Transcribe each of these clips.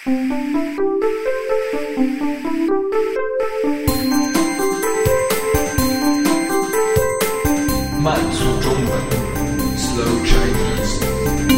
慢速中文 Slow Chinese。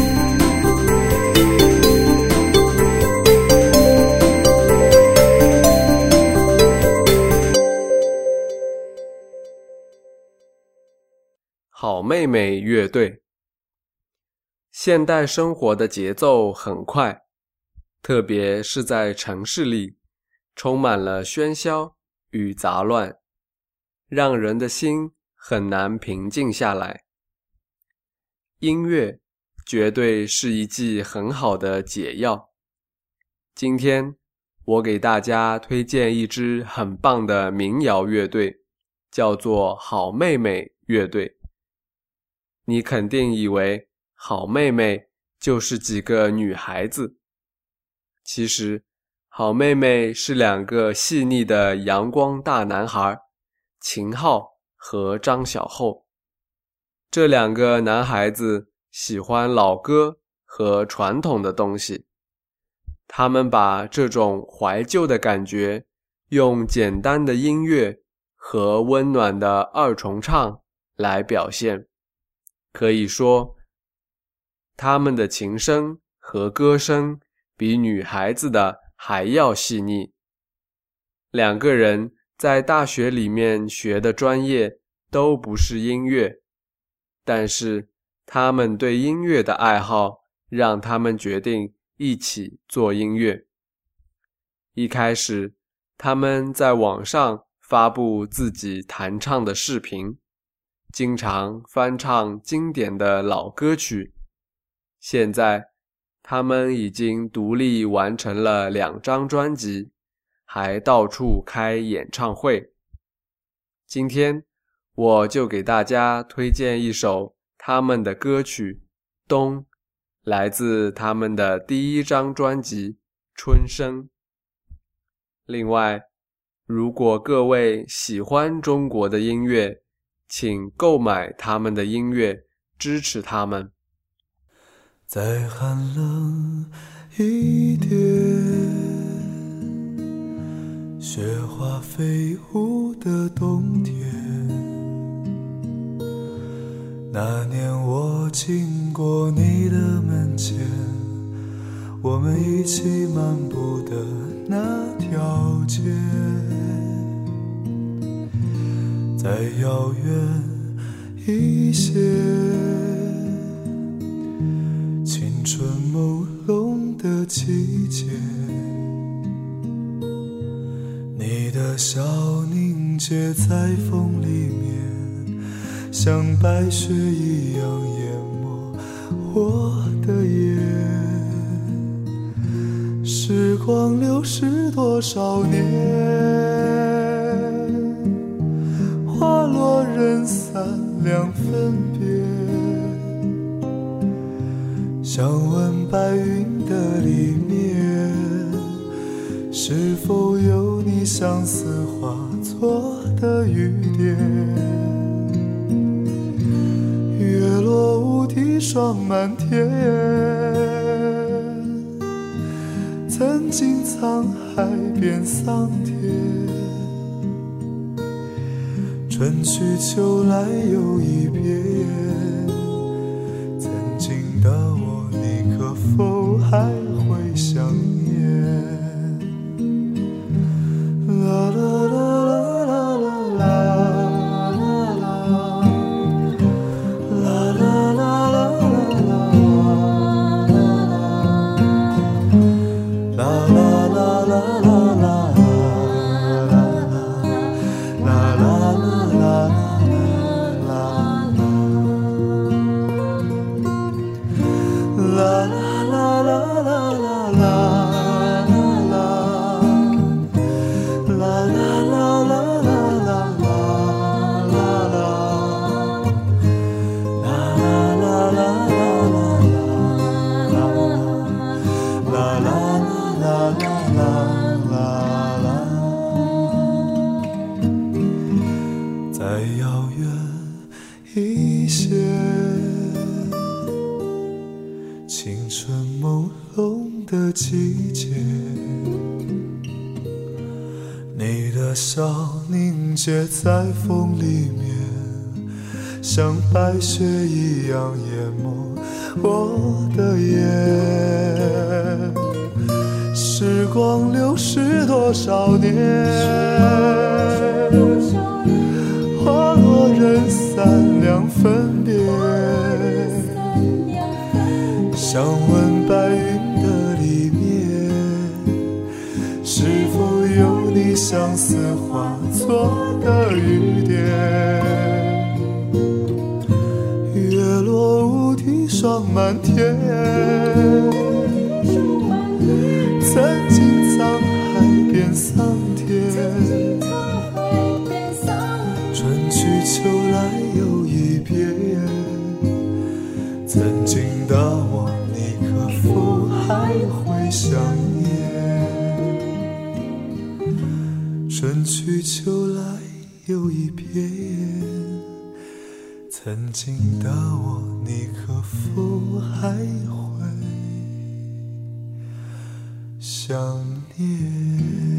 好妹妹乐队。现代生活的节奏很快，特别是在城市里，充满了喧嚣与杂乱，让人的心很难平静下来。音乐绝对是一剂很好的解药。今天我给大家推荐一支很棒的民谣乐队，叫做好妹妹乐队。你肯定以为好妹妹就是几个女孩子，其实好妹妹是两个细腻的阳光大男孩，秦昊和张小厚。这两个男孩子喜欢老歌和传统的东西，他们把这种怀旧的感觉用简单的音乐和温暖的二重唱来表现。可以说，他们的琴声和歌声比女孩子的还要细腻。两个人在大学里面学的专业都不是音乐，但是他们对音乐的爱好让他们决定一起做音乐。一开始，他们在网上发布自己弹唱的视频，经常翻唱经典的老歌曲。现在他们已经独立完成了2张专辑，还到处开演唱会。今天我就给大家推荐一首他们的歌曲《冬》，来自他们的第1张专辑《春生》。另外，如果各位喜欢中国的音乐，请购买他们的音乐，支持他们。 再寒冷一点，雪花飞舞的冬天，那年我经过你的门前，我们一起漫步的那条街，再遥远一些，青春朦胧的季节，你的笑凝结在风里面，像白雪一样淹没我的眼。时光流逝多少年，花落人散两分别，想问白云的里面，是否有你相思化作的雨点。月落乌啼霜满天，曾经沧海变桑田，春去秋来又一遍，曾经的我你可否还会想念？啦啦啦啦啦啦啦啦啦啦啦啦啦冬的季节，你的笑凝结在风里面，像白雪一样淹没我的眼。时光流逝多少年，花落人散两分别，想问白云的里面，是否有你相思化作的雨点。月落乌啼霜满天，曾经沧海变桑田，春去秋来又一遍。曾经的我，你可否还会想念？春去秋来又一遍。曾经的我，你可否还会想念？